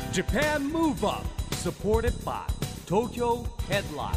Japan Move Up supported by Tokyo Headline。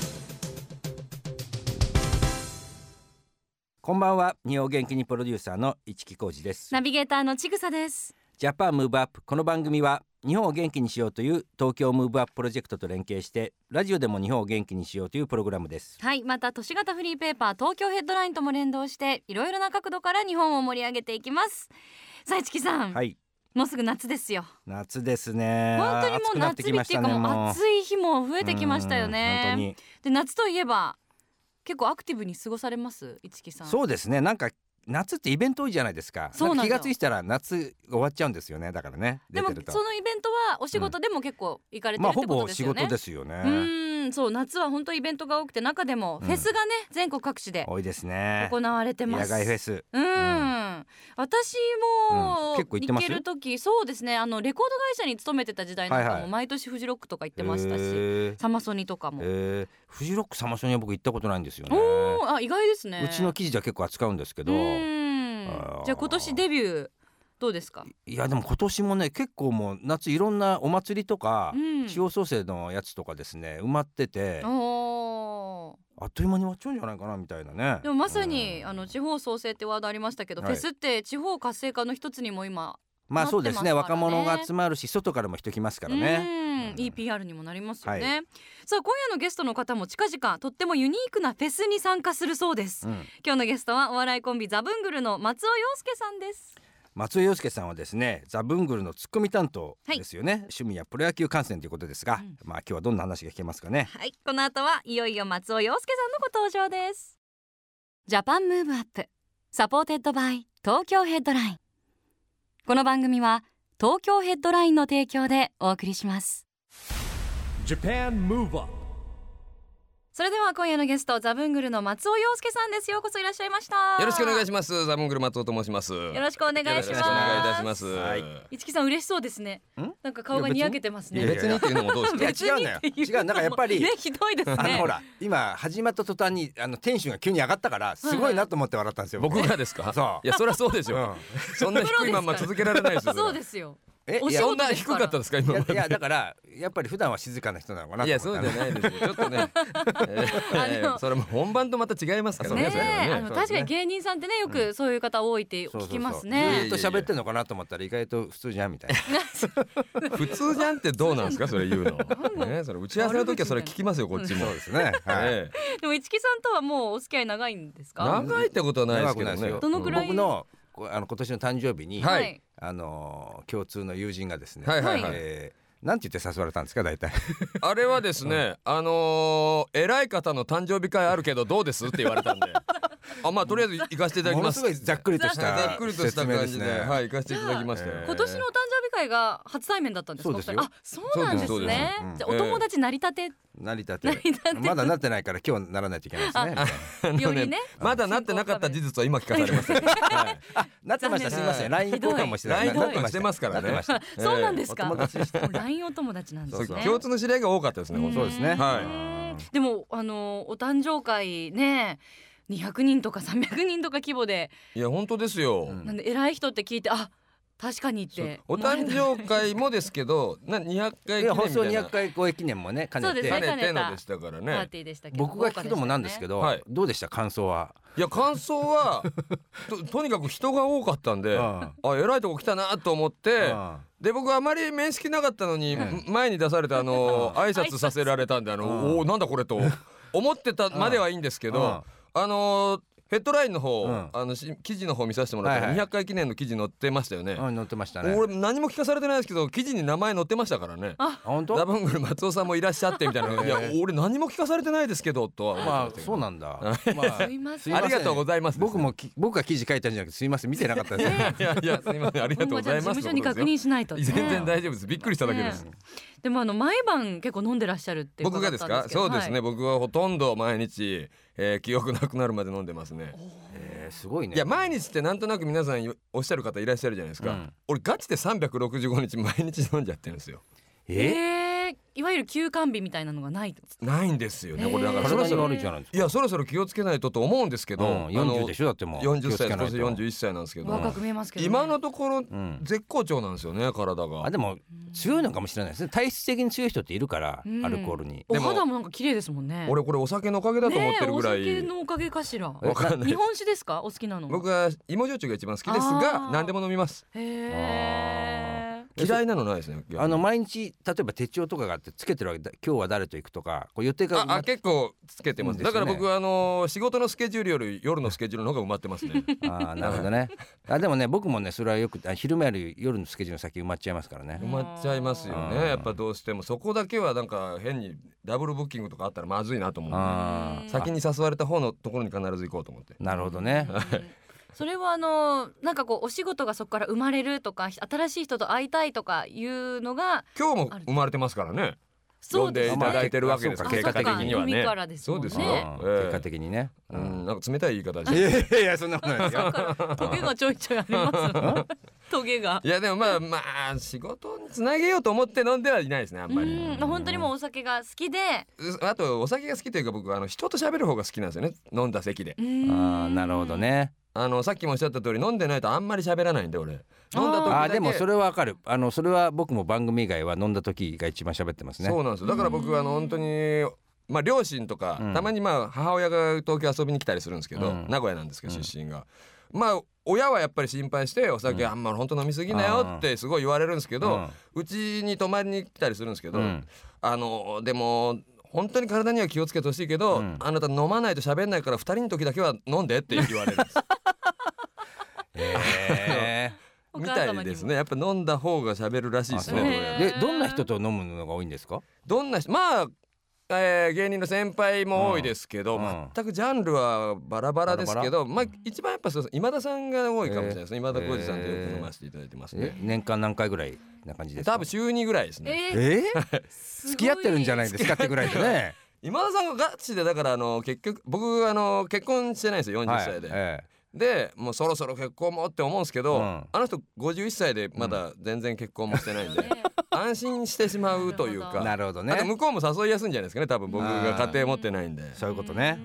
こんばんは。日本元気にプロデューサーの市木浩司です。 ナビゲーターのちぐさです。 ジャパンムーブアップ。この番組は日本を元気にしようという東京ムーブアッププロジェクトと連携してラジオでも日本を元気にしようというプログラムです。 はい、また都市型フリーペーパー東京ヘッドラインとも連動していろいろな角度から日本を盛り上げていきます。さあ市木さん、 はい、 もうすぐ夏ですよ。 夏ですね。 本当にもう夏日っていうかもう暑い日も増えてきましたよね。 本当に。で夏といえば結構アクティブに過ごされます市木さん。 そうですね。なんか夏ってイベント多いじゃないですか。 そうなんだ。 気がついたら夏終わっちゃうんですよね。だからね。 でもそのイベントはお仕事でも結構行かれてるってことですよね。 ほぼ仕事ですよね。 そう、夏は本当イベントが多くて中でもフェスがね、全国各地で多いですね。 行われてます。 野外フェス。 私も結構行ってます。 行ける時、そうですね。レコード会社に勤めてた時代なんかも毎年フジロックとか行ってましたし、サマソニとかも。 フジロックサマソニは僕行ったことないんですよね。 意外ですね。 うちの記事じゃ結構扱うんですけど。 じゃあ今年デビューどうですか？ いやでも今年もね結構もう夏いろんなお祭りとか、地方創生のやつとかですね埋まってて、あっという間に終わっちゃうんじゃないかなみたいなね。 でもまさに地方創生ってワードありましたけど、フェスって地方活性化の一つにも今そうですね。若者が集まるし外からも人来ますからね。 いい PR にもなりますよね。さあ今夜のゲストの方も近々とってもユニークなフェスに参加するそうです。今日のゲストはお笑いコンビザブングルの松尾陽介さんです。 松尾陽介さんはですねザブングルのツッコミ担当ですよね。趣味はプロ野球観戦ということですが、今日はどんな話が聞けますかね。 はい、この後はいよいよ松尾陽介さんのご登場です。ジャパンムーブアップサポーテッドバイ東京ヘッドライン。この番組は東京ヘッドラインの提供でお送りします。 Japan Move Up。 それでは今夜のゲストザブングルの松尾陽介さんです。ようこそいらっしゃいました。 よろしくお願いします。ザブングル松尾と申します。よろしくお願いします。 よろしくお願いいたします。 市木さん嬉しそうですね。なんか顔がにやけてますね。 別にっていうのもどうですか？ 別に違うのよ。違う。なんかやっぱりひどいですね。 ほら今始まった途端にテンションが急に上がったからすごいなと思って笑ったんですよ。 僕がですか？ そう。 いやそりゃそうでしょ。そんな低いまんま続けられないですよ。 そうですよ。 そんな低かったですか今まで？ いやだからやっぱり普段は静かな人なのかな。 いやそうじゃないですよ。ちょっとねそれも本番とまた違いますからね。 確かに芸人さんってねよくそういう方多いって聞きますね。 ずっと喋ってんのかなと思ったら意外と普通じゃんみたいな。 普通じゃんってどうなんですかそれ言うの。それ打ち合わせの時はそれ聞きますよこっちも。 そうですね。 でも市木さんとはもうお付き合い長いんですか？ 長いってことはないですけどね。 どのくらい？ 僕の今年の誕生日に共通の友人がですね、なんて言って誘われたんですか大体。 あれはですね、偉い方の誕生日会あるけどどうですって言われたんでとりあえず行かせていただきます。 ものすごいざっくりとした感じで行かせていただきました。 今年のお誕生日会が初対面だったんですか？ そうですよ。 そうなんですね。じゃあお友達成り立てまだなってないから今日ならないといけないですね。 よりね。 まだなってなかった事実は今聞かされます。 なってました。すみません。LINE 交換もして LINE 交換してますからね。 そうなんですか。LINE お友達なんですね。 共通の知り合いが多かったですね。 そうですね。 でもお誕生会ね200人とか300人とか規模で。 いや本当ですよ。 なんで偉い人って聞いて確かにってお誕生会もですけど200回記念みたいな放送200回超え記念もね兼ねてのでしたからね。 僕が聞くのもなんですけどどうでした感想は？ いや感想はとにかく人が多かったんで偉いとこ来たなと思ってで僕あまり面識なかったのに前に出された挨拶させられたんでなんだこれと思ってたまではいいんですけどヘッドラインの方、記事の方見させてもらったら200回記念の記事載ってましたよね。 載ってましたね。 俺何も聞かされてないですけど記事に名前載ってましたからね。 本当？ ザブングル松尾さんもいらっしゃってみたいな。いや俺何も聞かされてないですけどとは。 そうなんだ。 すいません。 ありがとうございます。 僕が記事書いたんじゃなくてすいません見てなかったですね。 いやすいませんありがとうございます。 事務所に確認しないと。 全然大丈夫です。びっくりしただけです。 でも毎晩結構飲んでらっしゃるって僕がですか？そうですね。僕はほとんど毎日記憶なくなるまで飲んでますね。 すごいね。 いや毎日ってなんとなく皆さんおっしゃる方いらっしゃるじゃないですか。俺ガチで365日毎日飲んじゃってるんですよ。 いわゆる休館日みたいなのがないんですよね。これだから体に悪いじゃないですか。 いやそろそろ気をつけないとと思うんですけど、 40でしょだってもう 40歳今年41歳なんですけど若く見えますけど今のところ絶好調なんですよね体が。 でも強いのかもしれないですね。体質的に強い人っているから、アルコールに。 お肌もなんか綺麗ですもんね。 俺これお酒のおかげだと思ってるぐらい、 お酒のおかげかしら。 わかんない。 日本酒ですか、お好きなのは。 僕は芋焼酎が一番好きですが何でも飲みます。嫌いなのないですね。 毎日例えば手帳とかがあってつけてるわけ。今日は誰と行くとか、こう予定が結構つけてます。だから僕仕事のスケジュールより夜のスケジュールの方が埋まってますね。 なるほどね。でもね、僕もねそれはよく昼間より夜のスケジュールの先埋まっちゃいますからね。 埋まっちゃいますよね。やっぱどうしてもそこだけはなんか変にダブルブッキングとかあったらまずいなと思う。先に誘われた方のところに必ず行こうと思って。 なるほどね。 それはなんかこうお仕事がそこから生まれるとか、新しい人と会いたいとかいうのが今日も生まれてますからね。 そうですね。 呼んでいただいてるわけですから、結果的にはね。 そうですよ。 結果的にね。 なんか冷たい言い方で。 いやそんなことないですよ。 トゲがちょいちょいあります。トゲが。 いやでもまあ仕事につなげようと思って飲んではいないですね、あんまり。 本当にもうお酒が好きで。 あとお酒が好きというか、僕人と喋る方が好きなんですよね、飲んだ席で。 なるほどね。 さっきもおっしゃった通り飲んでないとあんまり喋らないんで、俺飲んだ時だけ。 でもそれはわかる。それは僕も番組以外は飲んだ時が一番喋ってますね。 そうなんですよ。だから僕は本当に両親とか、たまに母親が東京遊びに来たりするんですけど、名古屋なんですけど出身が、親はやっぱり心配してお酒あんまり本当飲みすぎなよってすごい言われるんですけど、うちに泊まりに来たりするんですけど、でも本当に体には気をつけてほしいけど、あなた飲まないと喋んないから2人の時だけは飲んでって言われるんです。みたいですね。やっぱ飲んだ方が喋るらしいですね。 でどんな人と飲むのが多いんですか？ どんな人、芸人の先輩も多いですけど、全くジャンルはバラバラですけど、一番やっぱ今田さんが多いかもしれないですね。今田耕司さんとよく飲ませていただいてますね。 年間何回ぐらいな感じですか？ 多分週2ぐらいですね。 付き合ってるんじゃないですかってぐらいでね。 今田さんがガチで、だから結局僕結婚してないんですよ、40歳で。でもうそろそろ結婚もって思うんですけど、あの人51歳でまだ全然結婚もしてないんで、安心してしまうというか。 なるほどね。 あと向こうも誘いやすいんじゃないですかね、多分僕が家庭持ってないんで。 そういうことね。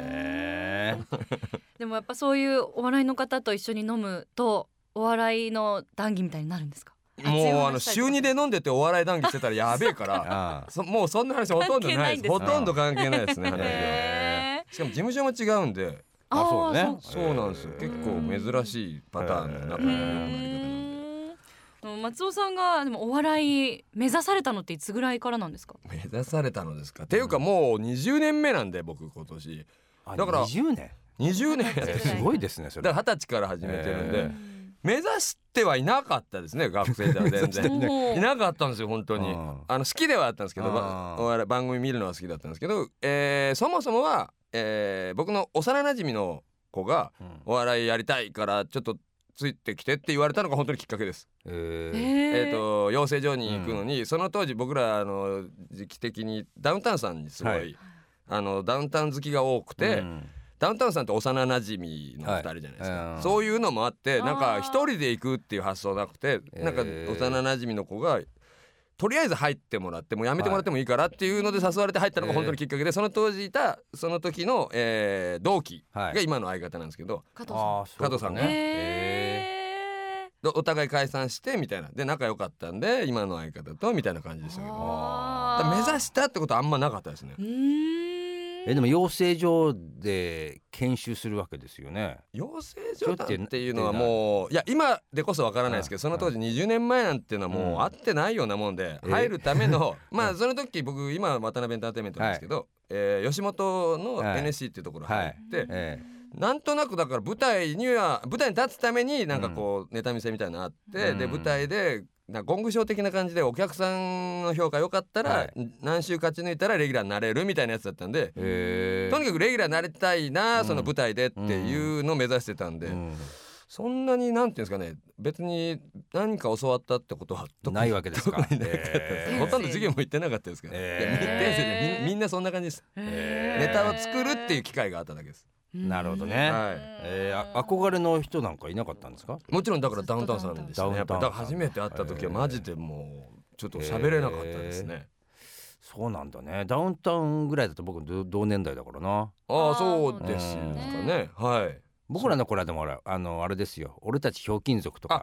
でもやっぱそういうお笑いの方と一緒に飲むとお笑いの談義みたいになるんですか？ もう週2で飲んでてお笑い談義してたらやべえからもうそんな話ほとんどないです。ほとんど関係ないですね、話は。しかも事務所も違うんで。 そうね。 そうなんですよ。結構珍しいパターンの中のやり方なんで。 松尾さんがでもお笑い目指されたのっていつぐらいからなんですか？ 目指されたのですか。っていうかもう20年目なんで、僕今年だから 20年すごいですね。それだから20歳から始めてるんで、目指してはいなかったですね、学生では全然いなかったんですよ、本当に。好きではあったんですけど、お笑い番組見るのは好きだったんですけど、そもそもは僕の幼馴染の子がお笑いやりたいからちょっとついてきてって言われたのが本当にきっかけです。養成所に行くのに、その当時僕ら時期的にダウンタウンさんにすごい、ダウンタウン好きが多くて、ダウンタウンさんって幼馴染の2人じゃないですか。そういうのもあって、なんか一人で行くっていう発想なくて、なんか幼馴染の子がとりあえず入ってもらってもうやめてもらってもいいからっていうので誘われて入ったのが本当にきっかけで、その当時いたその時の同期が今の相方なんですけど、加藤さんね。お互い解散してみたいなで仲良かったんで今の相方とみたいな感じでしたけど、目指したってことはあんまなかったですね。 でも養成所で研修するわけですよね。 養成所っていうのはもういや今でこそわからないですけど、その当時20年前なんていうのはもう会ってないようなもんで、入るためのその時僕今渡辺エンターテインメントなんですけど、吉本の NSC っていうところ入って、なんとなくだから舞台に立つためになんかこうネタ見せみたいなのあって、で舞台でゴングショー的な感じでお客さんの評価良かったら何週勝ち抜いたらレギュラーになれるみたいなやつだったんで、とにかくレギュラーになりたいな、その舞台でっていうのを目指してたんで、そんなになんていうんですかね、別に何か教わったってことはないわけですか。 ほとんど授業も行ってなかったですから、みんなそんな感じです。ネタを作るっていう機会があっただけです。 なるほどね。憧れの人なんかいなかったんですか？ もちろんだからダウンタウンさんでしたね。やっぱだから初めて会った時はマジでもうちょっと喋れなかったですね。 そうなんだね。ダウンタウンぐらいだと僕同年代だからな。 そうですかね。はい。 僕らの頃はでもあれですよ、俺たちひょうきん族とか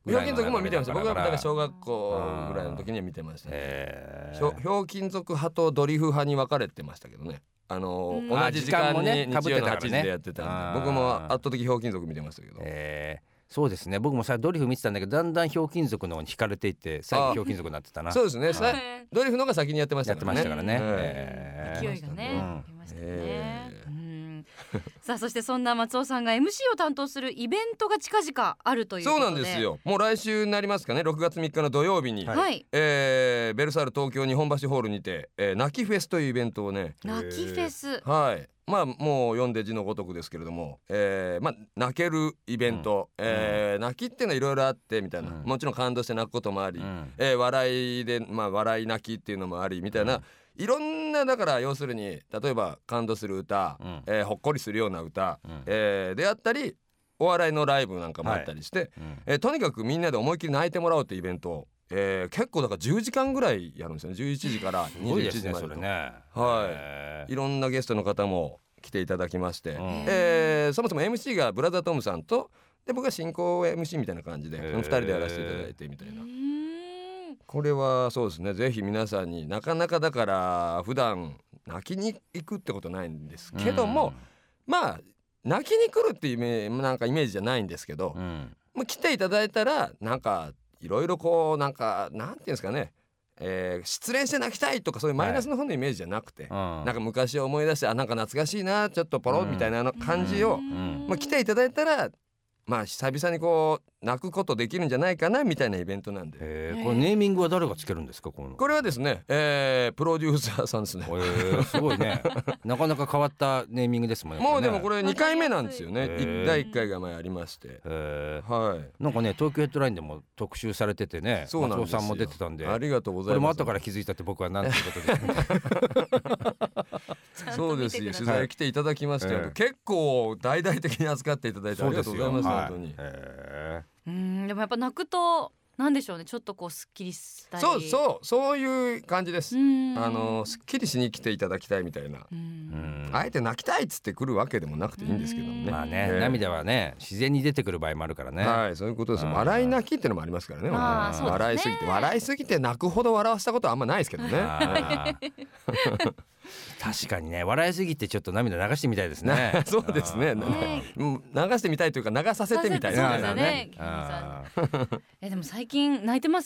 ぐらいのひょうきん族も見てました。僕はだから小学校ぐらいの時には見てましたね。ひょうきん族派とドリフ派に分かれてましたけどね。同じ時間に日曜の8時でやってたんで、僕も圧倒的ひょうきん族見てましたけど。 そうですね。僕もさドリフ見てたんだけど、だんだんひょうきん族の方に惹かれていって最後ひょうきん族になってたな。 そうですね。ドリフの方が先にやってましたからね。 勢いがねありましたね。さあそしてそんな松尾さんが MC を担当するイベントが近々あるということで。 そうなんですよ。もう来週になりますかね。6月3日の土曜日に、ベルサール東京日本橋ホールにて、泣きフェスというイベントをね。 泣きフェス。 はい。まあもう読んで字のごとくですけれども、泣けるイベント、泣きっていうのはいろいろあってみたいな、もちろん感動して泣くこともあり、笑いで笑い泣きっていうのもありみたいな、いろんなだから要するに例えば感動する歌、ほっこりするような歌、であったりお笑いのライブなんかもあったりして、とにかくみんなで思いっきり泣いてもらおうというイベントを、結構だから10時間ぐらいやるんですよね。11時から21時までと、いろんなゲストの方も来ていただきまして、そもそも MC がブラザートムさんとで僕が進行 MC みたいな感じで2人でやらせていただいてみたいな。これはそうですね。ぜひ皆さんになかなかだから普段泣きに行くってことないんですけども、まあ泣きに来るっていうなんかイメージじゃないんですけど、来ていただいたらなんかいろいろこうなんていうんですかね、失恋して泣きたいとかそういうマイナスの方のイメージじゃなくて、なんか昔を思い出してなんか懐かしいなちょっとポロみたいな感じを、来ていただいたら久々にこう泣くことできるんじゃないかなみたいなイベントなんで。 これネーミングは誰がつけるんですか？これはですね、プロデューサーさんですね。 すごいね。なかなか変わったネーミングですもんね。 もうでもこれ2回目なんですよね。第1回が前ありまして、 なんかね東京ヘッドラインでも特集されててね、松尾さんも出てたんで、 ありがとうございます。 これも後から気づいたって僕はなんていうことでそうですよ。取材来ていただきまして、結構大々的に扱っていただいてありがとうございます。本当に。 でもやっぱ泣くとなんでしょうね、ちょっとこうすっきりしたり、 そういう感じです。すっきりしに来ていただきたいみたいな、あえて泣きたいっつって来るわけでもなくていいんですけどね。 まあね、涙はね自然に出てくる場合もあるからね。 はい、そういうことです。笑い泣きってのもありますからね。笑いすぎて泣くほど笑わせたことはあんまないですけどね。 確かにね、笑いすぎてちょっと涙流してみたいですね。 そうですね。流してみたいというか流させてみたいですね。 でも最近泣いてます？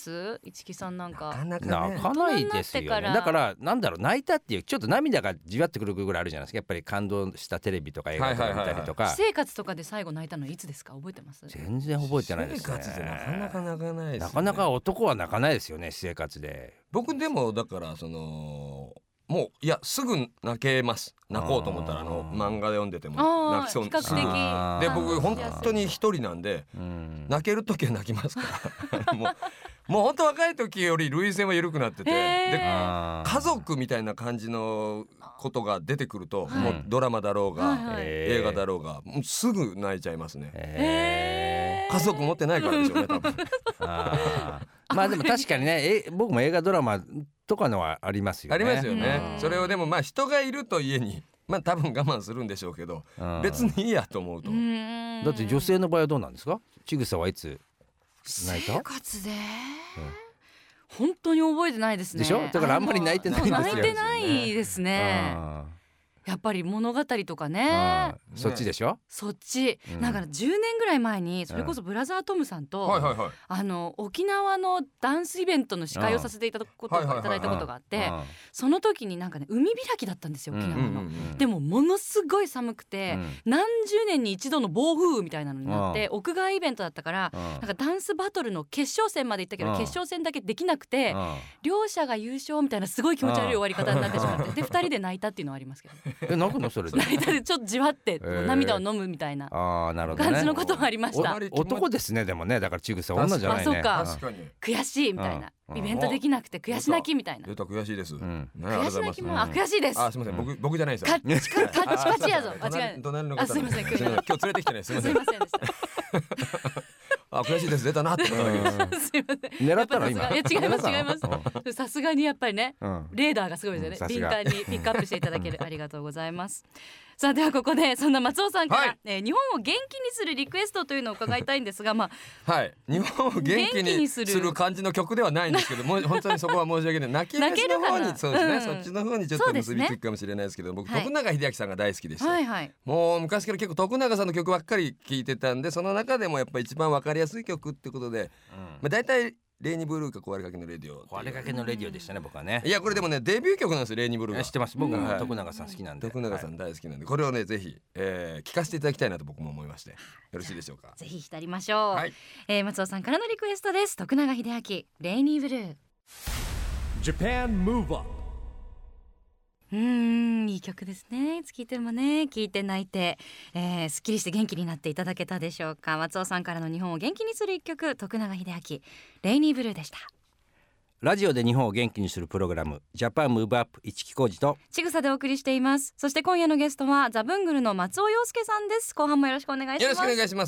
市木さんなんか泣かないですよね。だからなんだろう、泣いたっていうちょっと涙がじわってくるぐらいあるじゃないですか。やっぱり感動したテレビとか映画とか見たりとか。 私生活とかで最後泣いたのいつですか？覚えてます？ 全然覚えてないですね。 私生活でなかなか泣かないですね。 なかなか男は泣かないですよね、私生活で。 僕でもだからもういやすぐ泣けます。泣こうと思ったら漫画で読んでても泣きそうです。で僕本当に一人なんで、泣ける時は泣きますからもう本当若い時より涙腺は緩くなってて、で家族みたいな感じのことが出てくると、もうドラマだろうが、映画だろうがもうすぐ泣いちゃいますね。家族持ってないからでしょうね多分。 まあでも確かにね、僕も映画ドラマとかのはありますよね。 ありますよね。それをでも人がいると家に多分我慢するんでしょうけど、別にいいやと思うと。 だって女性の場合はどうなんですか？ちぐさはいつ泣いた？ 生活で本当に覚えてないですね。 でしょ？だからあんまり泣いてないんですよ。 泣いてないですね。やっぱり物語とかね、 そっちでしょ。 そっち、なんか10年ぐらい前にそれこそブラザートムさんと沖縄のダンスイベントの司会をさせていただいたことがあって、その時になんかね海開きだったんですよ、沖縄の。でもものすごい寒くて、何十年に一度の暴風雨みたいなのになって、屋外イベントだったからなんかダンスバトルの決勝戦まで行ったけど、決勝戦だけできなくて、両者が優勝みたいなすごい気持ち悪い終わり方になってしまって、で2人で泣いたっていうのはありますけど。 泣くのそれで？ 泣いたでちょっとじわって涙を飲むみたいな感じのこともありました。 男ですね。でもね、だからちぐさ女じゃないね。 そうか、悔しいみたいな、イベントできなくて悔し泣きみたいな。 悔しいです。 悔し泣きも悔しいです。 すみません、僕じゃないですよ。 カチカチやぞ。 隣の方。 すみません、今日連れてきてない。すみませんでした。悔しいです、出たなってことだけです。 すいません。 狙ったの今？ 違います。さすがにやっぱりね、レーダーがすごいですよね。敏感にピックアップしていただけるありがとうございます。 さあではここでそんな松尾さんから、日本を元気にするリクエストというのを伺いたいんですが、 はい日本を元気にする感じの曲ではないんですけどもう本当にそこは申し訳ない泣き飯の方にそうですね、そっちの方にちょっと結びつくかもしれないですけど、僕徳永英明さんが大好きでした、もう昔から結構徳永さんの曲ばっかり聴いてたんで、その中でもやっぱ一番わかりやすい曲ってことで、だいたいレイニーブルーか壊れかけのレディオ、 壊れかけのレディオでしたね僕はね。 いやこれでもねデビュー曲なんですよ、レイニーブルーが。 知ってます、僕も徳永さん好きなんで、 徳永さん大好きなんで、これをねぜひ聴かせていただきたいなと僕も思いまして、よろしいでしょうか。 ぜひ浸りましょう、松尾さんからのリクエストです。徳永英明レイニーブルー。 Japan Move Up。 いい曲ですね。いつ聴いてもね聴いて泣いて、すっきりして元気になっていただけたでしょうか。松尾さんからの日本を元気にする一曲、徳永英明レイニーブルーでした。 ラジオで日本を元気にするプログラムジャパンムーブアップ、市木浩二とちぐさでお送りしています。そして今夜のゲストはザブングルの松尾陽介さんです。後半もよろしくお願いします。 よろしくお願いします。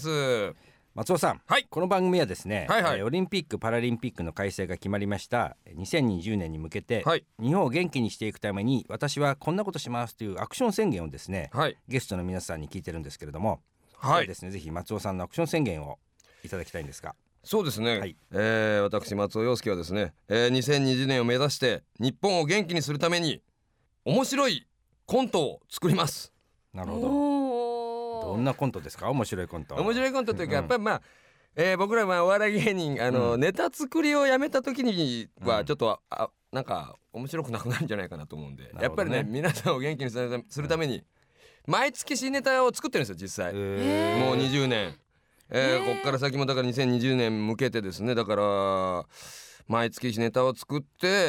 松尾さん、この番組はですね、オリンピック・パラリンピックの開催が決まりました2020年に向けて、日本を元気にしていくために私はこんなことしますというアクション宣言をですね、ゲストの皆さんに聞いてるんですけれども、ですね、ぜひ松尾さんのアクション宣言をいただきたいんですが。 そうですね、私松尾陽介はですね、2020年を目指して日本を元気にするために面白いコントを作ります。 なるほど。どんなコントですか？面白いコント。 面白いコントというか、やっぱり僕らお笑い芸人ネタ作りをやめた時にはちょっとなんか面白くなくなるんじゃないかなと思うんで、やっぱりね皆さんを元気にするために毎月新ネタを作ってるんですよ実際。もう20年、こっから先もだから2020年向けてですね、だから毎月ネタを作って、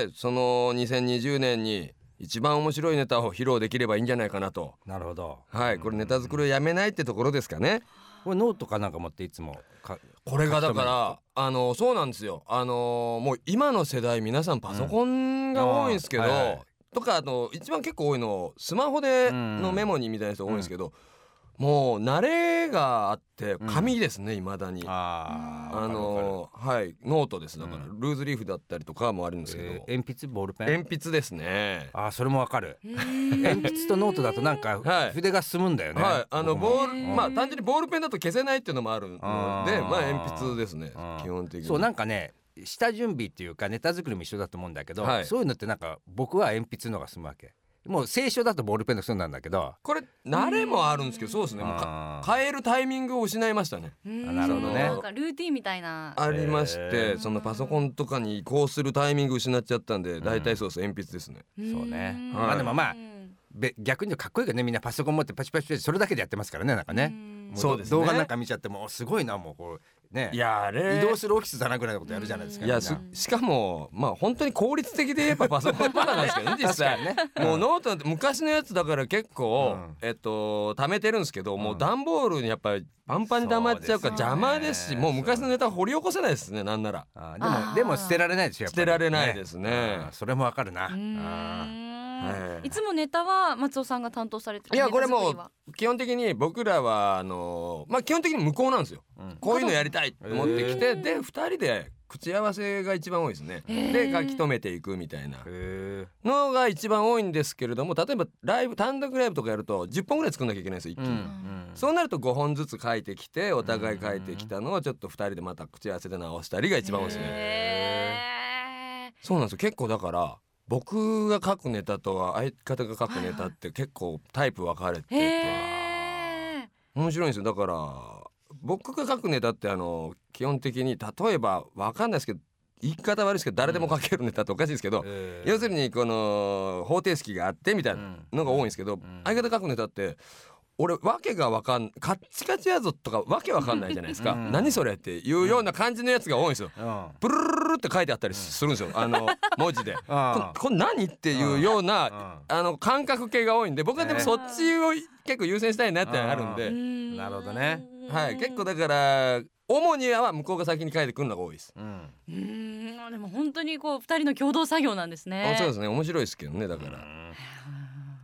その2020年に一番面白いネタを披露できればいいんじゃないかなと。 なるほど。 これネタ作りをやめないってところですかね。 これノートかなんか持っていつもこれがだからそうなんですよ。もう今の世代皆さんパソコンが多いんですけど、とか一番結構多いのスマホでのメモにみたいな人多いんですけど、もう慣れがあって紙ですね、未だに。ノートです。だからルーズリーフだったりとかもあるんですけど、 鉛筆ボールペン、 鉛筆ですね。 それもわかる。鉛筆とノートだとなんか筆が進むんだよね。 ボール単純にボールペンだと消せないっていうのもあるので、鉛筆ですね基本的に。 そうなんかね、下準備っていうかネタ作りも一緒だと思うんだけど、そういうのってなんか僕は鉛筆のが済むわけ。もう清書だとボールペンの人なんだけど、 これ慣れもあるんですけど、そうですね、もう変えるタイミングを失いましたね。 なるほどね。なんかルーティンみたいなありまして、そのパソコンとかに移行するタイミング失っちゃったんで、だいたいそうです、鉛筆ですね。 そうね。でも逆にかっこいいからね、みんなパソコン持ってパチパチパチそれだけでやってますからね、なんかね。そうですね、動画なんか見ちゃってもすごいな、もうこうね、移動するオフィスだなぐらいのことやるじゃないですか。 いやしかも本当に効率的でやっぱパソコンとかなんですけどね実際ね。もうノートなんて昔のやつだから結構貯めてるんですけど、もう段ボールにやっぱりパンパンに溜まっちゃうから邪魔ですし、もう昔のネタ掘り起こせないですね、なんなら。 でも捨てられないですよ。 捨てられないですね。 それもわかるな。 いつもネタは松尾さんが担当されてる。 いやこれもう基本的に僕らは基本的に向こうなんですよ。こういうのやりたいと思ってきて、で2人で口合わせが一番多いですね。で書き留めていくみたいなのが一番多いんですけれども、例えば単独ライブとかやると10本ぐらい作んなきゃいけないんですよ、一気に。そうなると5本ずつ書いてきて、お互い書いてきたのをちょっと2人でまた口合わせで直したりが一番多いですね。そうなんですよ。結構だから僕が書くネタと相方が書くネタって結構タイプ分かれてて面白いんですよ。だから僕が書くネタって基本的に例えば分かんないですけど、言い方悪いですけど誰でも書けるネタっておかしいですけど、要するにこの方程式があってみたいなのが多いんですけど、相方書くネタって俺わけがわかんカッチカチやぞとかわけわかんないじゃないですか。何それっていうような感じのやつが多いんですよ。プルルルルって書いてあったりするんですよ、文字で。これ何っていうような感覚系が多いんで、僕はでもそっちを結構優先したいなってあるんで。 なるほどね。 結構だから主には向こうが先に書いてくるのが多いです。 でも本当にこう2人の共同作業なんですね。 そうですね、面白いですけどね。だから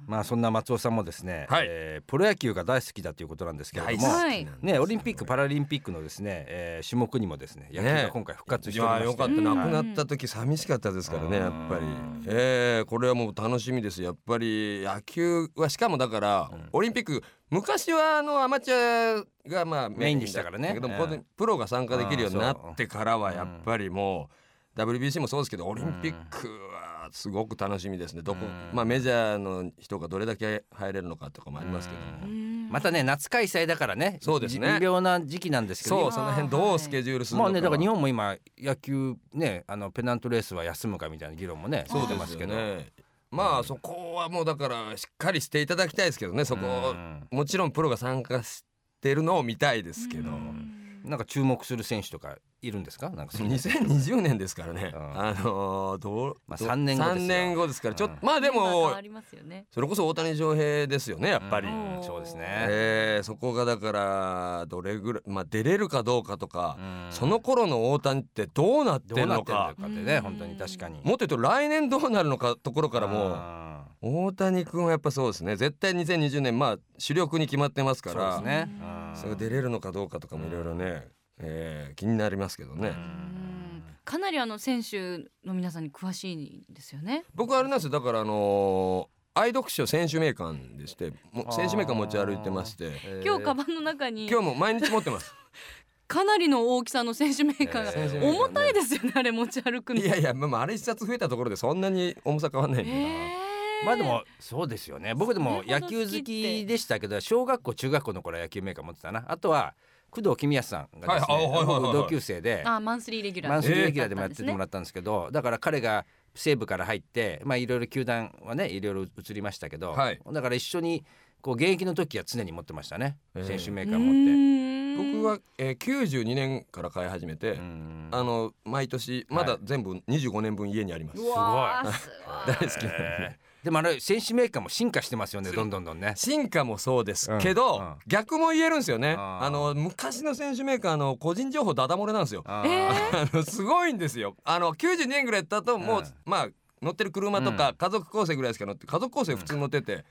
まあそんな松尾さんもですね、プロ野球が大好きだということなんですけれども、ね、オリンピックパラリンピックのですね、種目にもですね野球が今回復活しておりまして、 よかった。なくなった時寂しかったですからね、やっぱり。これはもう楽しみです。やっぱり野球はしかもだから、オリンピック昔はアマチュアがまあメインでしたからね、 プロが参加できるようになってからはやっぱりもうWBC もそうですけど、オリンピックはすごく楽しみですね。まあメジャーの人がどれだけ入れるのかとかもありますけども、 またね夏開催だからね、 そうですね、 微妙な時期なんですけど、 その辺どうスケジュールするのか。 まあね、だから日本も今野球ね、ペナントレースは休むかみたいな議論もねしてますけど、 まあそこはもうだからしっかりしていただきたいですけどね。そこもちろんプロが参加してるのを見たいですけど、 なんか注目する選手とかいるんですか？なんか 2020年ですからね、3年後ですから、ちょっとまあでもそれこそ大谷翔平ですよね、やっぱり。 そうですね、 そこがだからどれぐらい、まあ、出れるかどうかとか、その頃の大谷ってどうなってんのかってね、本当に確かに。 もっと言うと来年どうなるのかところからも大谷君はやっぱそうですね、絶対2020年まあ主力に決まってますから、それが出れるのかどうかとかもいろいろね、気になりますけどね。 かなり選手の皆さんに詳しいんですよね。 僕はあれなんですよ、だから愛読書選手名鑑でして、選手名鑑持ち歩いてまして、 今日カバンの中に今日も毎日持ってますかなりの大きさの選手名鑑が、重たいですよね、あれ持ち歩くの。 いや、まあ、あれ一冊増えたところでそんなに重さ変わんないんで、 まあでもそうですよね。僕でも野球好きでしたけど、小学校中学校の頃は野球メーカー持ってたな。あとは工藤公康さんがですね、同級生でマンスリーレギュラーでもやっててもらったんですけど、だから彼が西武から入って、まあいろいろ球団はねいろいろ移りましたけど、だから一緒にこう現役の時は常に持ってましたね、選手メーカー持って。 僕は、92年から買い始めて、毎年まだ全部25年分家にあります。すごい大好きなんで。 でもあれ選手メーカーも進化してますよね、どんどんね。 進化もそうですけど、逆も言えるんですよね。昔の選手メーカーの個人情報ダダ漏れなんですよ。すごいんですよ。92年ぐらいだともう、まあ乗ってる車とか家族構成ぐらいしか乗って、家族構成普通乗ってて、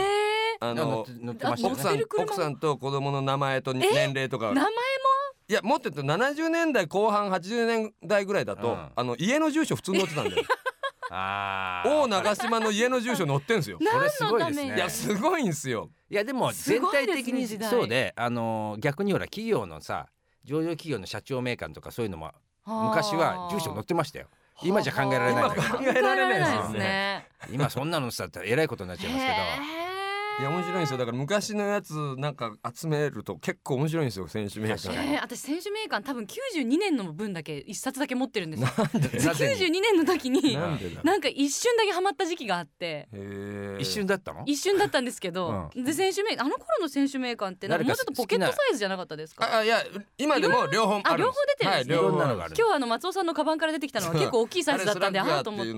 奥さんと子供の名前と年齢とか、 名前もいやもっと言うと70年代後半80年代ぐらいだと、家の住所普通載ってたんで大長島の家の住所載ってんすよ。 それすごいですね。 いやすごいんすよ。 いやでも全体的にそうで、逆にほら企業のさ、上場企業の社長名鑑とかそういうのも昔は住所載ってましたよ。今じゃ考えられない。 今考えられないですね。 今そんなのさったらえらいことになっちゃいますけど。 いや面白いんですよ。だから昔のやつなんか集めると結構面白いんですよ、選手名鑑。 私選手名鑑多分92年の分だけ一冊だけ持ってるんですよ。92年の時になんか一瞬だけハマった時期があって、 一瞬だったの？ 一瞬だったんですけど、で選手名、あの頃の選手名鑑ってもうちょっとポケットサイズじゃなかったですか？ いや今でも両方ある。 両方出てるんですね。今日松尾さんのカバンから出てきたのは結構大きいサイズだったんで、と思って。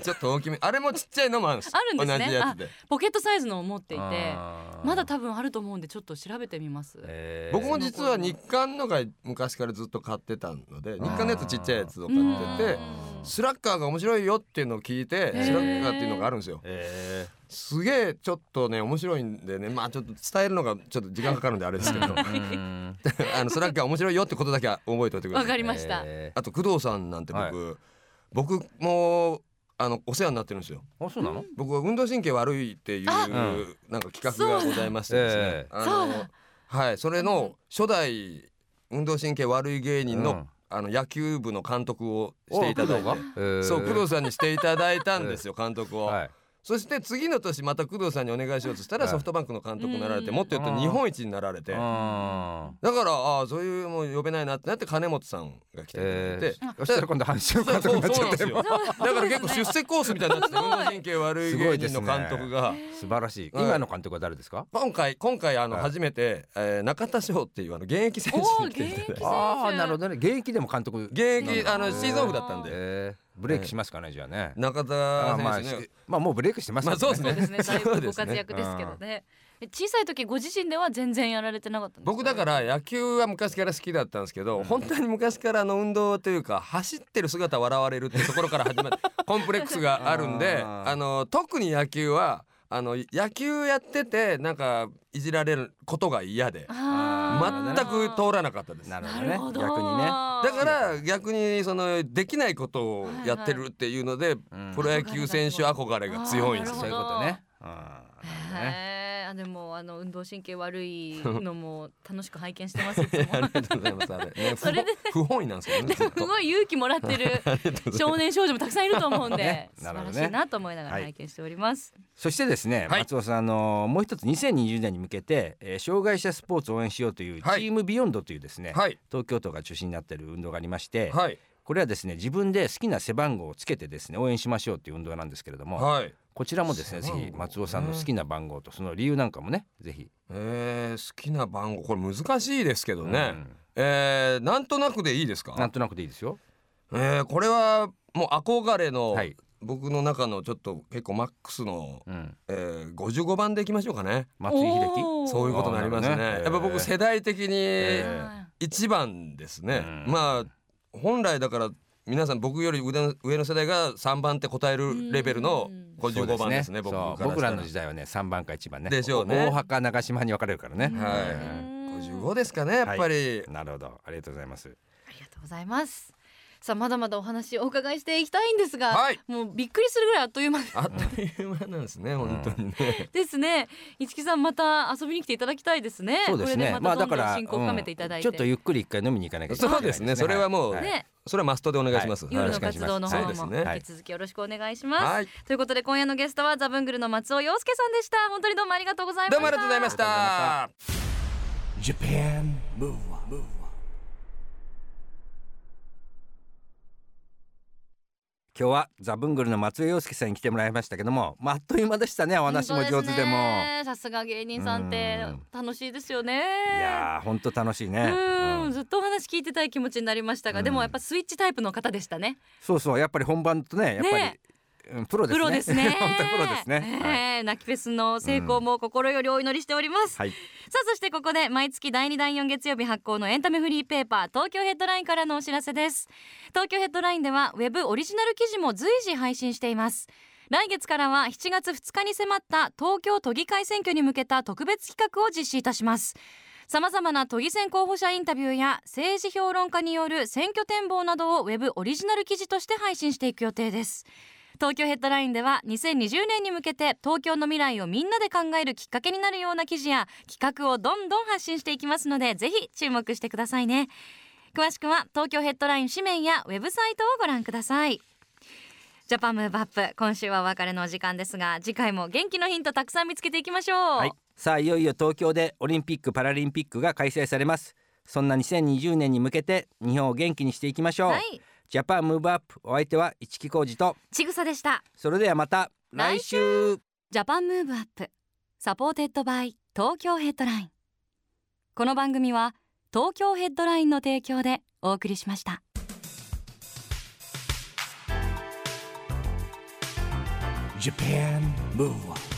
ちょっと大きめ、あれもちっちゃいのもあるんです。 あるんですね。 同じやつでポケットサイズのを持っていて、まだ多分あると思うんでちょっと調べてみます。 僕も実は日刊のが昔からずっと買ってたので、日刊のやつちっちゃいやつを買ってて、スラッガーが面白いよっていうのを聞いて、スラッガーっていうのがあるんですよ。すげえちょっとね面白いんでね、まあちょっと伝えるのがちょっと時間かかるんであれですけどスラッガー面白いよってことだけは覚えておいてください。 わかりました。 あと工藤さんなんて僕もお世話になってるんですよ。 あ、そうなの？ 僕は運動神経悪いっていうなんか企画がございましてですね、はい、それの初代運動神経悪い芸人の野球部の監督をしていただいて、そう工藤さんにしていただいたんですよ、監督を。そして次の年また工藤さんにお願いしようとしたらソフトバンクの監督になられて、もっと言うと日本一になられて、だからそういうもう呼べないなってなって金本さんが来てくれて、 そしたら今度阪神監督になっちゃって、 だから結構出世コースみたいになってて、運動神経悪い芸人の監督が素晴らしい。今の監督は誰ですか？ 今回初めて中田翔っていう現役選手に来ていただいて。 なるほどね。現役でも監督。 現役シーズンオフだったんで。 ブレイクしますかね、じゃあね。 中田選手ね。 まあもうブレイクしてますね。 そうですね。だいぶご活躍ですけどね。小さい時ご自身では全然やられてなかったんですか？ 僕だから野球は昔から好きだったんですけど、本当に昔から運動というか走ってる姿笑われるっていうところから始まってコンプレックスがあるんで、特に野球は野球やっててなんかいじられることが嫌で全く通らなかったです。 なるほどね。 逆にね。 だから逆にそのできないことをやってるっていうので、プロ野球選手憧れが強いんですよ。 そういうことね。 でも運動神経悪いのも楽しく拝見してます。いつもありがとうございます。あれね、それで不本意なんですよね。 すごい勇気もらってる少年少女もたくさんいると思うんで素晴らしいなと思いながら拝見しております。 そしてですね、松尾さんもう一つ2020年に向けて、障害者スポーツを応援しようというチームビヨンドというですね、東京都が中心になっている運動がありまして、これはですね自分で好きな背番号をつけてですね応援しましょうという運動なんですけれども、こちらもですねぜひ松尾さんの好きな番号とその理由なんかもねぜひ。 好きな番号これ難しいですけどね、なんとなくでいいですか？ なんとなくでいいですよ。 これはもう憧れの、僕の中のちょっと結構マックスの、55番でいきましょうかね。 松井秀喜。 そういうことになりますね。やっぱ僕世代的に1番ですね。まあ本来だから皆さん僕より上の世代が3番って答えるレベルの55番ですね。 僕らの時代はね3番か1番ね。 でしょうね。 大墓長島に分かれるからね。 55ですかねやっぱり。 なるほど、ありがとうございます。 ありがとうございます。さあまだまだお話をお伺いしていきたいんですが、もうびっくりするぐらいあっという間なんですね、本当にね。 ですね。市木さんまた遊びに来ていただきたいですね。 そうですね。 まあだから進行を深めていただいて、 ちょっとゆっくり一回飲みに行かなきゃいけない。 そうですね。それはもうそれはマストでお願いします。 夜の活動の方も引き続きよろしくお願いします。ということで今夜のゲストはザブングルの松尾陽介さんでした。本当にどうもありがとうございました。 どうもありがとうございました。 Japan Move Up。 今日はザブングルの松尾陽介さんに来てもらいましたけども、あっという間でしたね。お話も上手でも。 さすが芸人さんって楽しいですよね。 いや本当楽しいね。 ずっとお話聞いてたい気持ちになりましたが、でもやっぱスイッチタイプの方でしたね。 そうやっぱり本番とねやっぱりプロですね。本当にプロですね。 泣きフェスの成功も心よりお祈りしております。さあそしてここで毎月第2第4月曜日発行のエンタメフリーペーパー東京ヘッドラインからのお知らせです。東京ヘッドラインではウェブオリジナル記事も随時配信しています。来月からは7月2日に迫った東京都議会選挙に向けた特別企画を実施いたします。さまざまな都議選候補者インタビューや政治評論家による選挙展望などをウェブオリジナル記事として配信していく予定です。東京ヘッドラインでは2020年に向けて東京の未来をみんなで考えるきっかけになるような記事や企画をどんどん発信していきますので、ぜひ注目してくださいね。詳しくは東京ヘッドライン紙面やウェブサイトをご覧ください。ジャパンムーブアップ、今週はお別れのお時間ですが、次回も元気のヒントたくさん見つけていきましょう。 さあいよいよ東京でオリンピック・パラリンピックが開催されます。そんな2020年に向けて日本を元気にしていきましょう。ジャパンムーブアップ、お相手は市木浩二とちぐさでした。 それではまた来週。 ジャパンムーブアップ、サポーテッドバイ東京ヘッドライン。この番組は東京ヘッドラインの提供でお送りしました。 Japan Move Up。